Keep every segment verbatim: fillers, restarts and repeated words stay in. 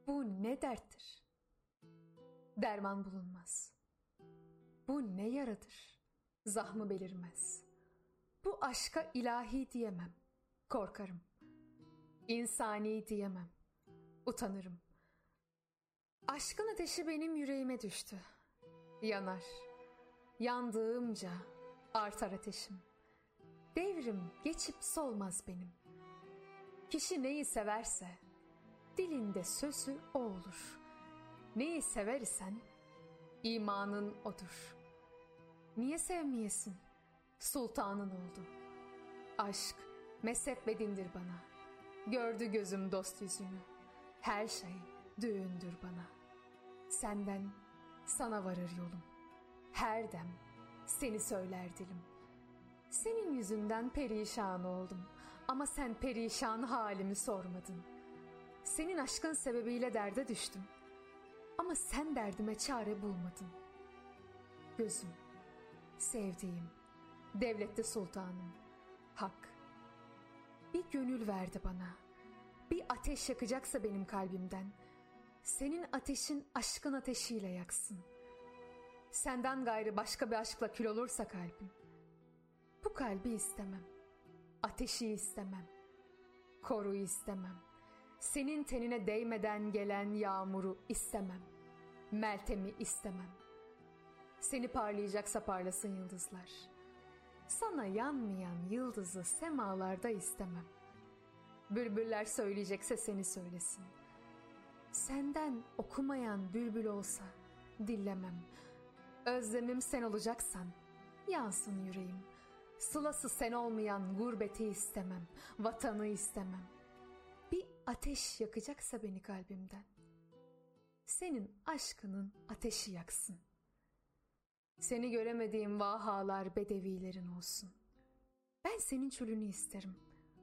Bu ne derttir? Derman bulunmaz. Bu ne yaradır? Zahmı belirmez. Bu aşka ilahi diyemem. Korkarım. İnsani diyemem. Utanırım. Aşkın ateşi benim yüreğime düştü. Yanar. Yandığımca artar ateşim. Devrim geçip solmaz benim. Kişi neyi severse dilinde sözü o olur. Neyi sever isen imanın odur. Niye sevmeyesin? Sultanın oldu. Aşk mezhep ve dindir bana. Gördü gözüm dost yüzünü. Her şey düğündür bana. Senden sana varır yolum. Her dem seni söyler dilim. Senin yüzünden perişan oldum. Ama sen perişan halimi sormadın. Senin aşkın sebebiyle derde düştüm. Ama sen derdime çare bulmadın. Gözüm, sevdiğim, devlette sultanım, hak. Bir gönül verdi bana. Bir ateş yakacaksa benim kalbimden, senin ateşin aşkın ateşiyle yaksın. Senden gayrı başka bir aşkla kül olursa kalbim, bu kalbi istemem. Ateşi istemem. Koruyu istemem. Senin tenine değmeden gelen yağmuru istemem. Meltemi istemem. Seni parlayacaksa parlasın yıldızlar. Sana yanmayan yıldızı semalarda istemem. Bülbüller söyleyecekse seni söylesin. Senden okumayan bülbül olsa dillemem. Özlemim sen olacaksan yansın yüreğim. Sılası sen olmayan gurbeti istemem. Vatanı istemem. Bir ateş yakacaksa beni kalbimden, senin aşkının ateşi yaksın. Seni göremediğim vahalar bedevilerin olsun. Ben senin çölünü isterim.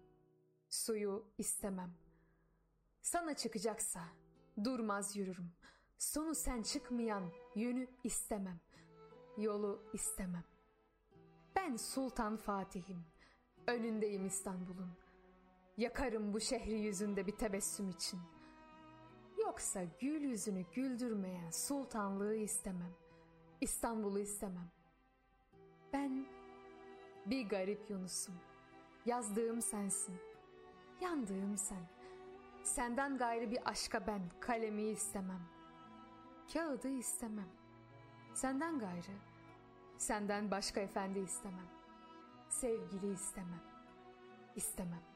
Suyu istemem. Sana çıkacaksa durmaz yürürüm. Sonu sen çıkmayan yönü istemem. Yolu istemem. Ben Sultan Fatih'im. Önündeyim İstanbul'un. Yakarım bu şehri yüzünde bir tebessüm için. Yoksa gül yüzünü güldürmeyen sultanlığı istemem. İstanbul'u istemem. Ben bir garip Yunus'um. Yazdığım sensin. Yandığım sen. Senden gayrı bir aşka ben kalemi istemem. Kağıdı istemem. Senden gayrı, senden başka efendi istemem. Sevgili istemem. İstemem.